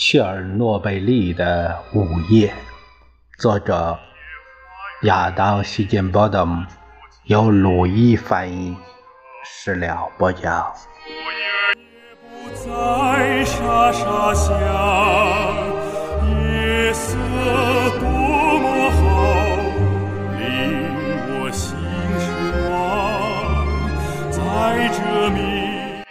切尔诺贝利的午夜，作者亚当·希金波德姆，由鲁伊翻译，史料播讲。 不再沙沙响，夜色多么好，令我心失望，在这迷。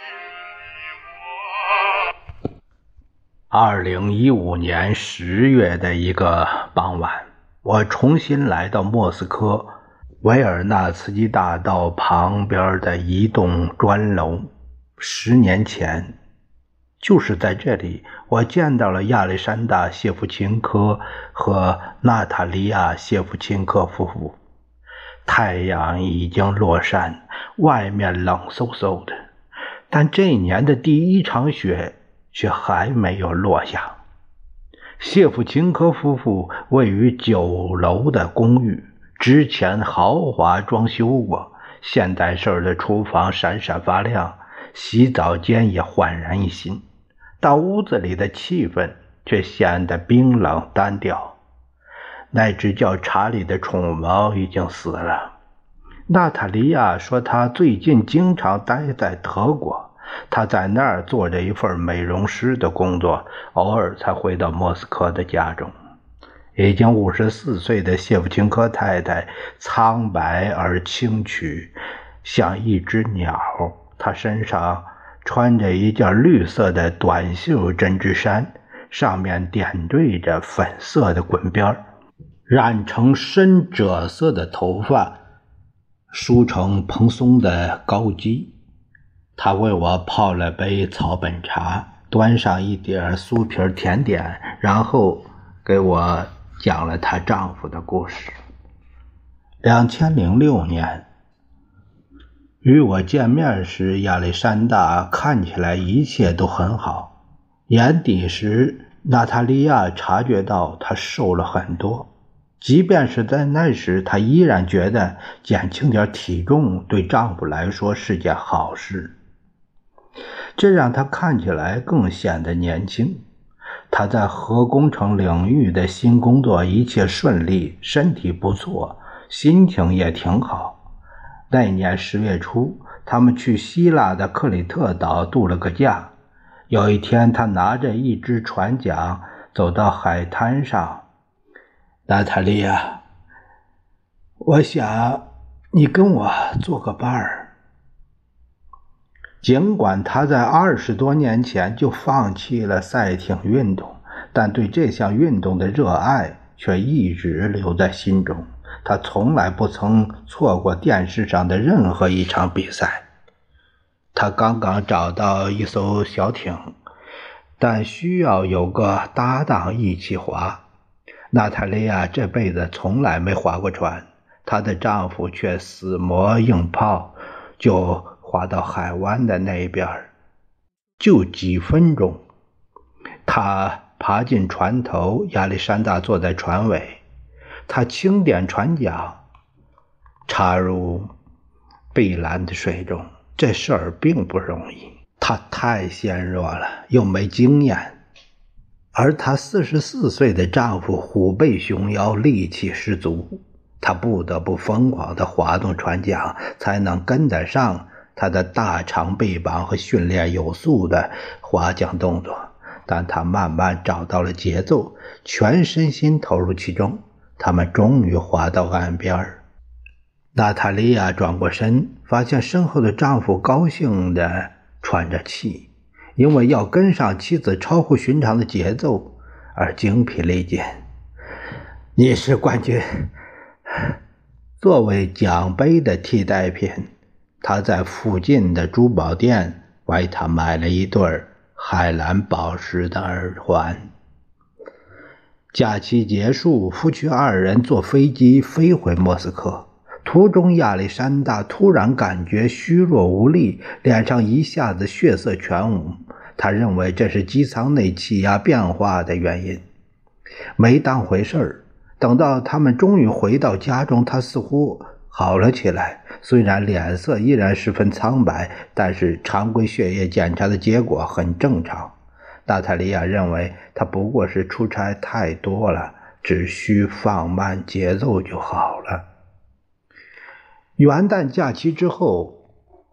2015年10月的一个傍晚，我重新来到莫斯科维尔纳茨基大道旁边的一栋砖楼。10年前，就是在这里，我见到了亚历山大·谢夫琴科和娜塔莉亚·谢夫琴科夫妇。太阳已经落山，外面冷飕飕的，但这一年的第一场雪却还没有落下。谢夫琴科夫妇位于9楼的公寓，之前豪华装修过，现代式的厨房闪闪发亮，洗澡间也焕然一新，但屋子里的气氛却显得冰冷单调。那只叫查理的宠物猫已经死了。娜塔莉亚说她最近经常待在德国，他在那儿做着一份美容师的工作，偶尔才回到莫斯科的家中。已经54岁的谢夫琴科太太苍白而轻曲，像一只鸟。她身上穿着一件绿色的短袖针织衫，上面点缀着粉色的滚边，染成深赭色的头发梳成蓬松的高髻。他为我泡了杯草本茶，端上一点酥皮甜点，然后给我讲了她丈夫的故事。2006年与我见面时，亚历山大看起来一切都很好。年底时，娜塔莉亚察觉到他瘦了很多，即便是在那时，她依然觉得减轻点体重对丈夫来说是件好事。这让他看起来更显得年轻。他在核工程领域的新工作一切顺利，身体不错，心情也挺好。那年10月初，他们去希腊的克里特岛度了个假。有一天，他拿着一只船桨走到海滩上。娜塔莉亚，我想你跟我做个伴儿。尽管他在20多年前就放弃了赛艇运动，但对这项运动的热爱却一直留在心中。他从来不曾错过电视上的任何一场比赛。他刚刚找到一艘小艇，但需要有个搭档一起划。娜塔莉亚这辈子从来没划过船，她的丈夫却死磨硬泡，就划到海湾的那边，就几分钟。他爬进船头，亚历山大坐在船尾，他轻点船桨，插入碧蓝的水中。这事儿并不容易，他太纤弱了，又没经验，而她44岁的丈夫虎背熊腰，力气十足，他不得不疯狂地滑动船桨，才能跟得上他的大长臂膀和训练有素的划桨动作。但他慢慢找到了节奏，全身心投入其中。他们终于划到岸边。娜塔莉亚转过身，发现身后的丈夫高兴地喘着气，因为要跟上妻子超乎寻常的节奏而精疲力尽。你是冠军。作为奖杯的替代品，他在附近的珠宝店为他买了一对海蓝宝石的耳环。假期结束，夫妻2人坐飞机飞回莫斯科。途中，亚历山大突然感觉虚弱无力，脸上一下子血色全无。他认为这是机舱内气压变化的原因，没当回事儿。等到他们终于回到家中，他似乎好了起来，虽然脸色依然十分苍白，但是常规血液检查的结果很正常。 娜塔莉亚认为他不过是出差太多了，只需放慢节奏就好了。元旦假期之后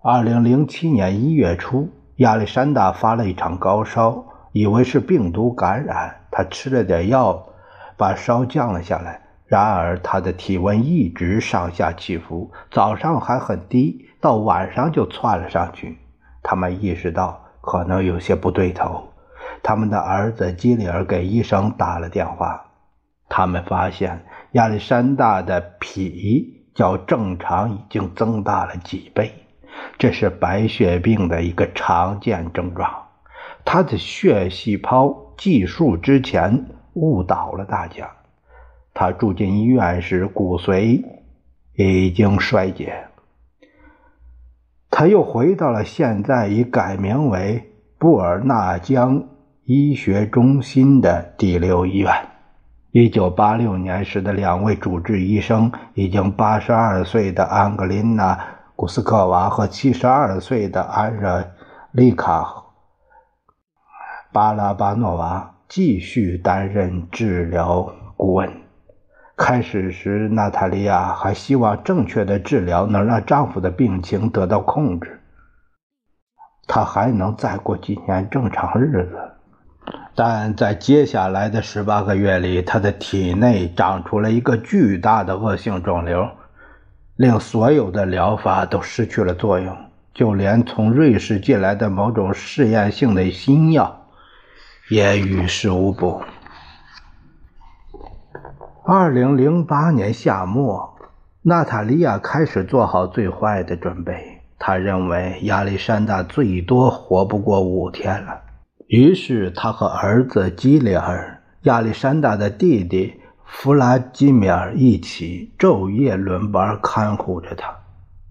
，2007年1月初，亚历山大发了一场高烧，以为是病毒感染，他吃了点药，把烧降了下来。然而他的体温一直上下起伏，早上还很低，到晚上就窜了上去。他们意识到可能有些不对头，他们的儿子基里尔给医生打了电话。他们发现亚历山大的脾较正常已经增大了几倍，这是白血病的一个常见症状。他的血细胞计数之前误导了大家。他住进医院时，骨髓已经衰竭。他又回到了现在已改名为布尔纳江医学中心的第6医院。1986年时的2位主治医生，已经82岁的安格琳娜·古斯科娃和72岁的安热丽卡·巴拉巴诺娃，继续担任治疗顾问。开始时，娜塔莉亚还希望正确的治疗能让丈夫的病情得到控制，她还能再过几年正常日子。但在接下来的18个月里，她的体内长出了一个巨大的恶性肿瘤，令所有的疗法都失去了作用，就连从瑞士进来的某种试验性的新药也于事无补。2008年夏末，娜塔莉亚开始做好最坏的准备。她认为亚历山大最多活不过5天了。于是她和儿子基里尔、亚历山大的弟弟弗拉基米尔一起昼夜轮班看护着他。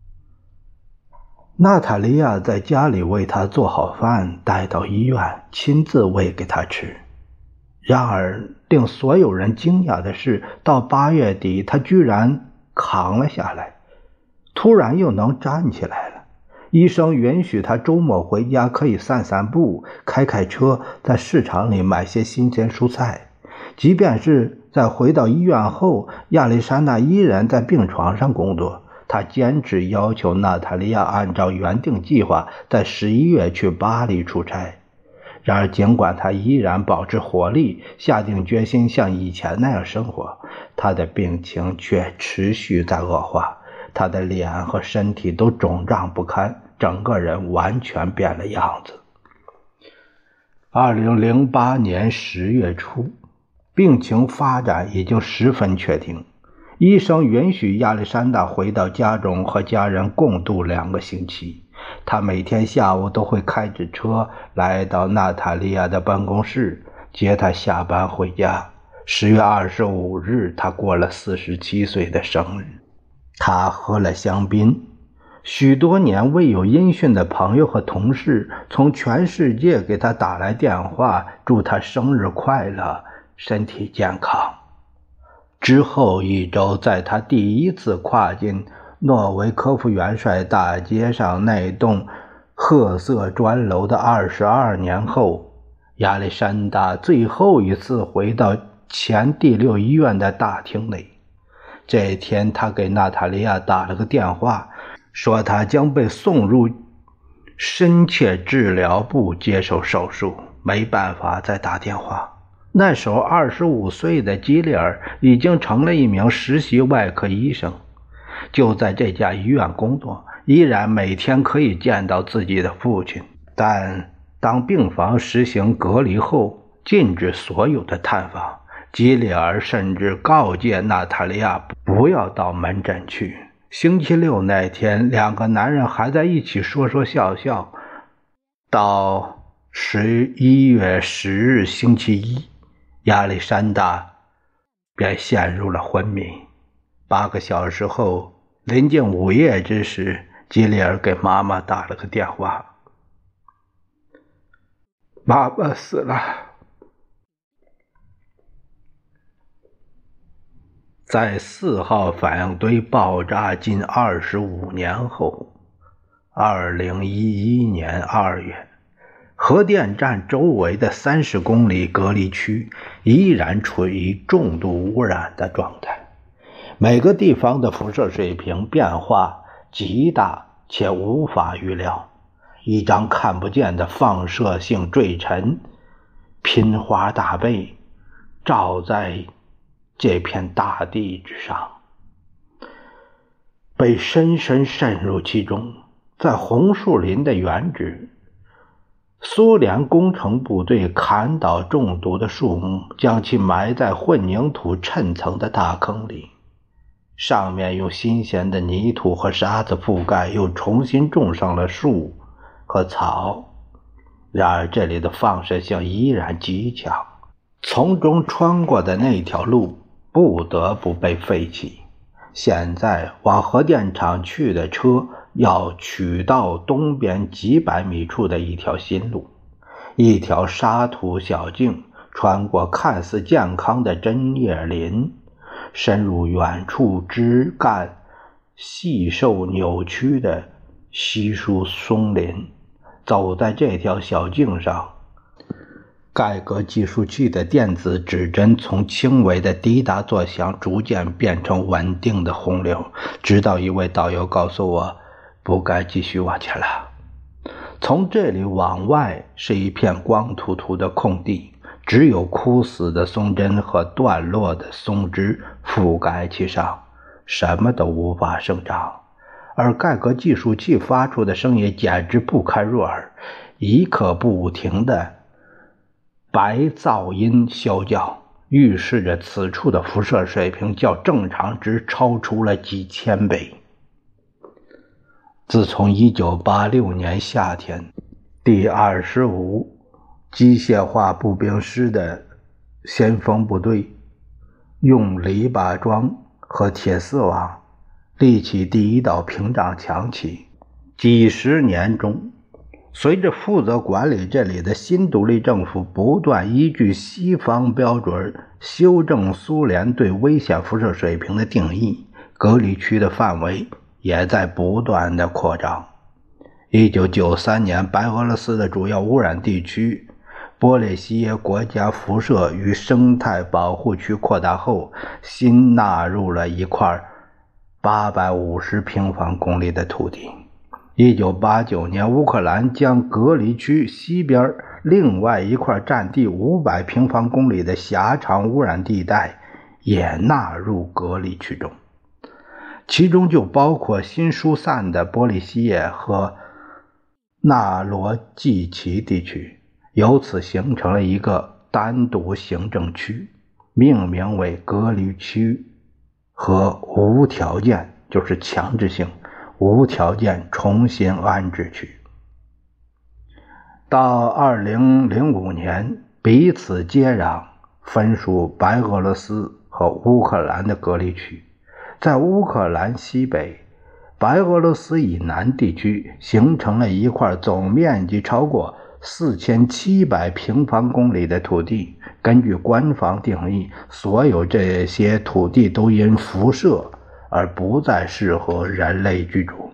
娜塔莉亚在家里为他做好饭，带到医院，亲自喂给他吃。然而令所有人惊讶的是，到8月底他居然扛了下来，突然又能站起来了。医生允许他周末回家可以散散步，开车，在市场里买些新鲜蔬菜。即便是在回到医院后，亚历山大依然在病床上工作。他坚持要求娜塔莉亚按照原定计划在11月去巴黎出差。然而尽管他依然保持活力，下定决心像以前那样生活，他的病情却持续在恶化。他的脸和身体都肿胀不堪，整个人完全变了样子。2008年10月初，病情发展已经十分确定。医生允许亚历山大回到家中和家人共度2个星期。他每天下午都会开着车来到娜塔莉亚的办公室，接她下班回家。10月25日，他过了47岁的生日。他喝了香槟。许多年未有音讯的朋友和同事从全世界给他打来电话，祝他生日快乐，身体健康。之后1周，在他第一次跨进诺维科夫元帅大街上那栋褐色砖楼的22年后，亚历山大最后一次回到前第6医院的大厅内。这天，他给娜塔莉亚打了个电话，说他将被送入深切治疗部接受手术，没办法再打电话。那时候25岁的基里尔已经成了一名实习外科医生，就在这家医院工作，依然每天可以见到自己的父亲。但当病房实行隔离后，禁止所有的探访，基里尔甚至告诫娜塔莉亚不要到门诊去。星期六那天，2个男人还在一起说说笑笑。到11月10日星期一，亚历山大便陷入了昏迷。8个小时后，临近午夜之时，基里尔给妈妈打了个电话：“妈妈死了。”在4号反应堆爆炸近25年后，2011年2月， 核电站周围的30公里隔离区依然处于重度污染的状态，每个地方的辐射水平变化极大且无法预料。一张看不见的放射性坠尘拼花大背照在这片大地之上，被深深渗入其中。在红树林的原址，苏联工程部队砍倒中毒的树木，将其埋在混凝土衬层的大坑里，上面用新鲜的泥土和沙子覆盖，又重新种上了树和草。然而这里的放射性依然极强，从中穿过的那条路不得不被废弃。现在往核电厂去的车要取到东边几百米处的一条新路，一条沙土小径穿过看似健康的针叶林，深入远处枝干细瘦扭曲的稀疏松林。走在这条小径上，盖革计数器的电子指针从轻微的滴答作响逐渐变成稳定的洪流，直到一位导游告诉我不该继续往前了。从这里往外是一片光秃秃的空地，只有枯死的松针和断落的松枝覆盖其上，什么都无法生长。而盖革计数器发出的声音简直不堪入耳，一刻不停的白噪音啸叫，预示着此处的辐射水平较正常值超出了几千倍。自从1986年夏天，第25机械化步兵师的先锋部队用篱笆桩和铁丝网立起第一道屏障墙起，几十年中，随着负责管理这里的新独立政府不断依据西方标准修正苏联对危险辐射水平的定义，隔离区的范围也在不断的扩张。1993年，白俄罗斯的主要污染地区波列西耶国家辐射与生态保护区扩大后，新纳入了一块850平方公里的土地。1989年，乌克兰将隔离区西边另外一块占地500平方公里的狭长污染地带也纳入隔离区中，其中就包括新疏散的波利西耶和纳罗季奇地区，由此形成了一个单独行政区，命名为隔离区和无条件，就是强制性无条件重新安置区。到2005年，彼此接壤，分属白俄罗斯和乌克兰的隔离区。在乌克兰西北、白俄罗斯以南地区形成了一块总面积超过4700平方公里的土地。根据官方定义，所有这些土地都因辐射而不再适合人类居住。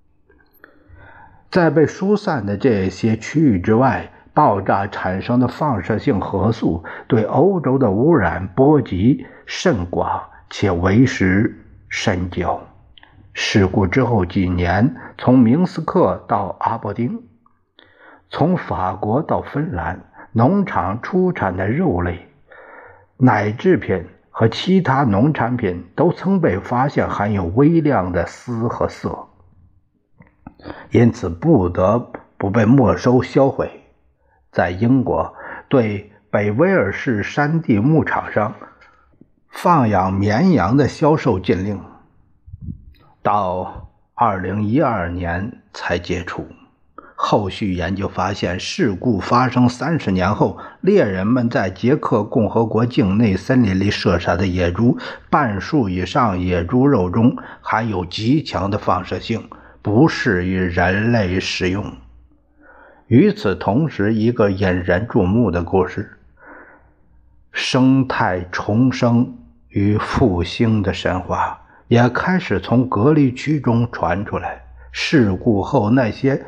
在被疏散的这些区域之外，爆炸产生的放射性核素对欧洲的污染波及甚广且为时甚久。事故之后几年，从明斯克到阿伯丁，从法国到芬兰，农场出产的肉类、奶制品和其他农产品都曾被发现含有微量的锶和铯，因此不得不被没收销毁。在英国，对北威尔士山地牧场上放养绵羊的销售禁令，到2012年才解除。后续研究发现，事故发生30年后，猎人们在捷克共和国境内森林里射杀的野猪，半数以上野猪肉中含有极强的放射性，不适于人类食用。与此同时，一个引人注目的故事——生态重生与复兴的神话，也开始从隔离区中传出来。事故后，那些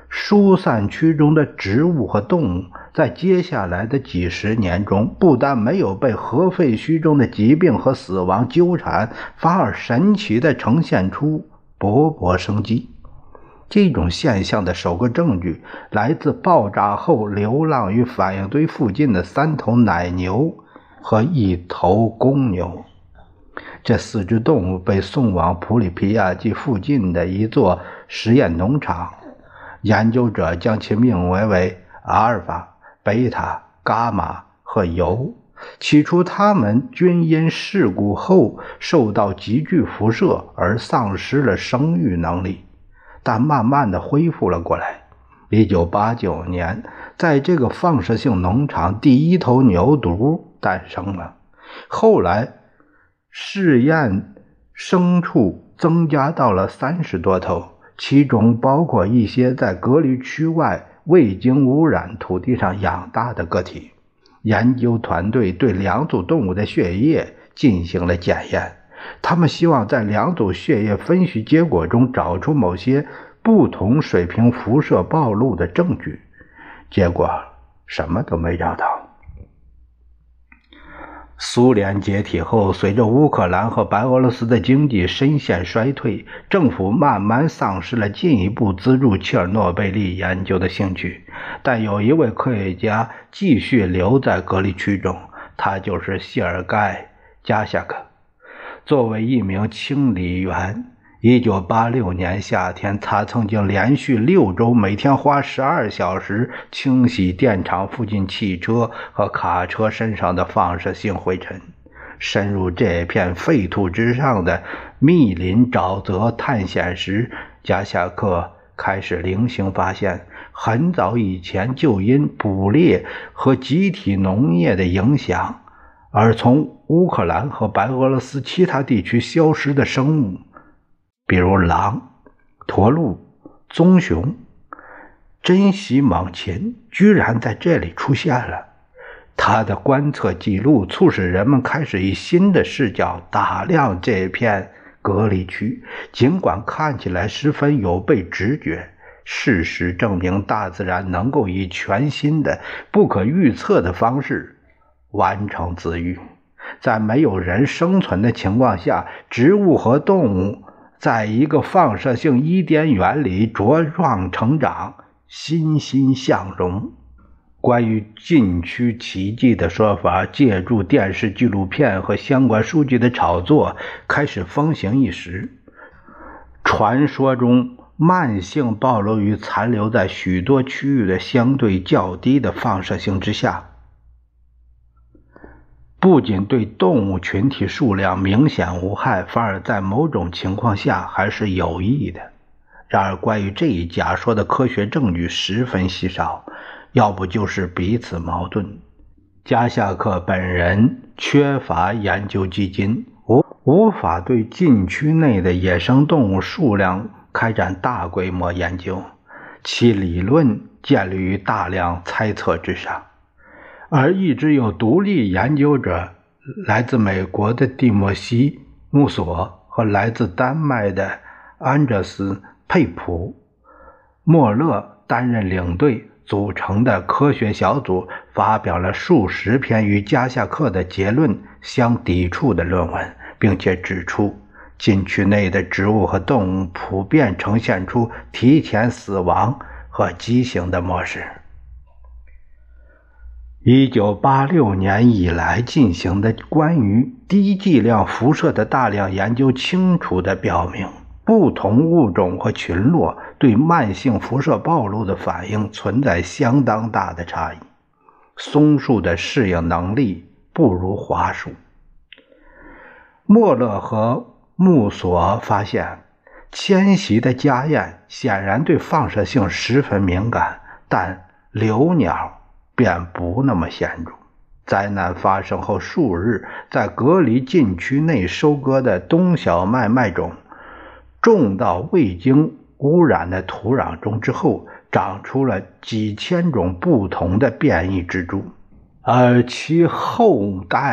疏散区中的植物和动物在接下来的几十年中，不但没有被核废墟中的疾病和死亡纠缠，反而神奇地呈现出勃勃生机。这种现象的首个证据来自爆炸后流浪于反应堆附近的3头奶牛和1头公牛。这4只动物被送往普里皮亚季附近的一座实验农场，研究者将其命名为阿尔法、贝塔、伽马和铀。起初它们均因事故后受到急剧辐射而丧失了生育能力，但慢慢地恢复了过来。1989年，在这个放射性农场，第1头牛犊诞生了。后来试验牲畜增加到了30多头，其中包括一些在隔离区外未经污染土地上养大的个体。研究团队对2组动物的血液进行了检验，他们希望在2组血液分析结果中找出某些不同水平辐射暴露的证据，结果什么都没找到。苏联解体后，随着乌克兰和白俄罗斯的经济深陷衰退，政府慢慢丧失了进一步资助切尔诺贝利研究的兴趣。但有一位科学家继续留在隔离区中，他就是谢尔盖·加夏克。作为一名清理员，1986年夏天，他曾经连续6周每天花12小时清洗电厂附近汽车和卡车身上的放射性灰尘。深入这片废土之上的密林沼泽探险时，加夏克开始零星发现，很早以前就因捕猎和集体农业的影响而从乌克兰和白俄罗斯其他地区消失的生物，比如狼、驼鹿、棕熊、珍稀猛禽，居然在这里出现了。他的观测记录促使人们开始以新的视角打量这片隔离区，尽管看起来十分有悖直觉，事实证明大自然能够以全新的不可预测的方式完成自愈。在没有人生存的情况下，植物和动物在一个放射性伊甸园里茁壮成长，欣欣向荣。关于禁区奇迹的说法，借助电视纪录片和相关数据的炒作开始风行一时。传说中慢性暴露于残留在许多区域的相对较低的放射性之下，不仅对动物群体数量明显无害，反而在某种情况下还是有益的。然而关于这一假说的科学证据十分稀少，要不就是彼此矛盾。加夏克本人缺乏研究基金，无法对禁区内的野生动物数量开展大规模研究，其理论建立于大量猜测之上。而一直有独立研究者，来自美国的蒂莫西·穆索和来自丹麦的安德斯·佩普·莫勒担任领队组成的科学小组，发表了数十篇与加夏克的结论相抵触的论文，并且指出禁区内的植物和动物普遍呈现出提前死亡和畸形的模式。1986年以来进行的关于低剂量辐射的大量研究清楚地表明，不同物种和群落对慢性辐射暴露的反应存在相当大的差异。松树的适应能力不如桦树。莫勒和穆索发现，迁徙的家燕显然对放射性十分敏感，但留鸟便不那么显著。灾难发生后数日，在隔离禁区内收割的冬小麦麦种种到未经污染的土壤中之后，长出了几千种不同的变异植株，而其后代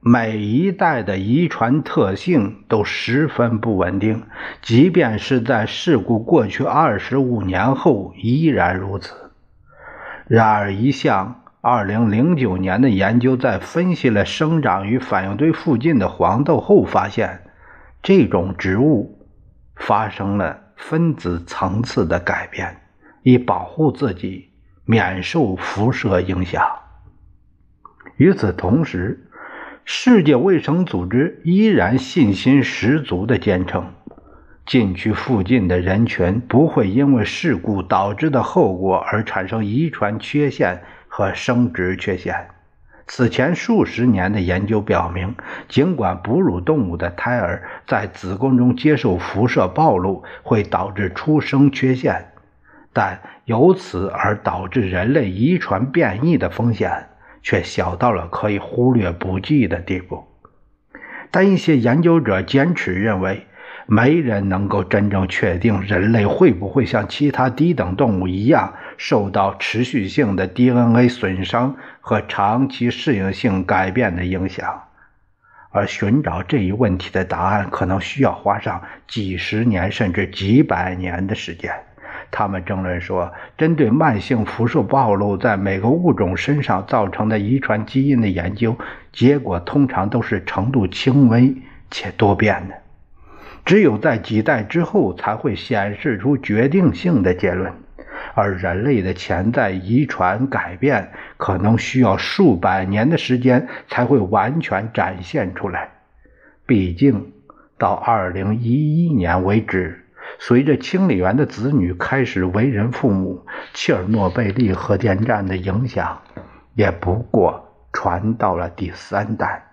每一代的遗传特性都十分不稳定，即便是在事故过去25年后依然如此。然而一项2009年的研究在分析了生长于反应堆附近的黄豆后发现，这种植物发生了分子层次的改变，以保护自己免受辐射影响。与此同时，世界卫生组织依然信心十足地坚称，禁区附近的人群不会因为事故导致的后果而产生遗传缺陷和生殖缺陷。此前数十年的研究表明，尽管哺乳动物的胎儿在子宫中接受辐射暴露会导致出生缺陷，但由此而导致人类遗传变异的风险却小到了可以忽略不计的地步。但一些研究者坚持认为，没人能够真正确定人类会不会像其他低等动物一样受到持续性的 DNA 损伤和长期适应性改变的影响，而寻找这一问题的答案可能需要花上几十年甚至几百年的时间。他们争论说，针对慢性辐射暴露在每个物种身上造成的遗传基因的研究结果通常都是程度轻微且多变的，只有在几代之后才会显示出决定性的结论，而人类的潜在遗传改变可能需要数百年的时间才会完全展现出来。毕竟到2011年为止，随着清理员的子女开始为人父母，切尔诺贝利核电站的影响也不过传到了第3代。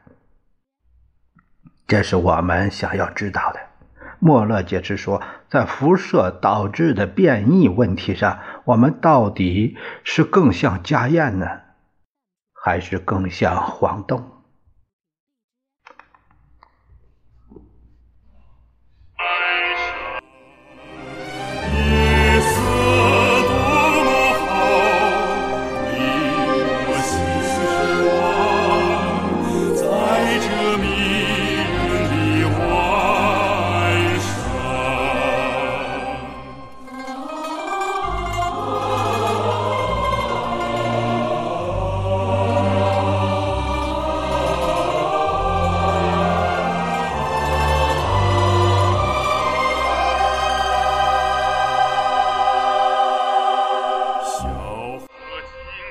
这是我们想要知道的。莫勒解释说，在辐射导致的变异问题上，我们到底是更像家燕呢，还是更像黄豆？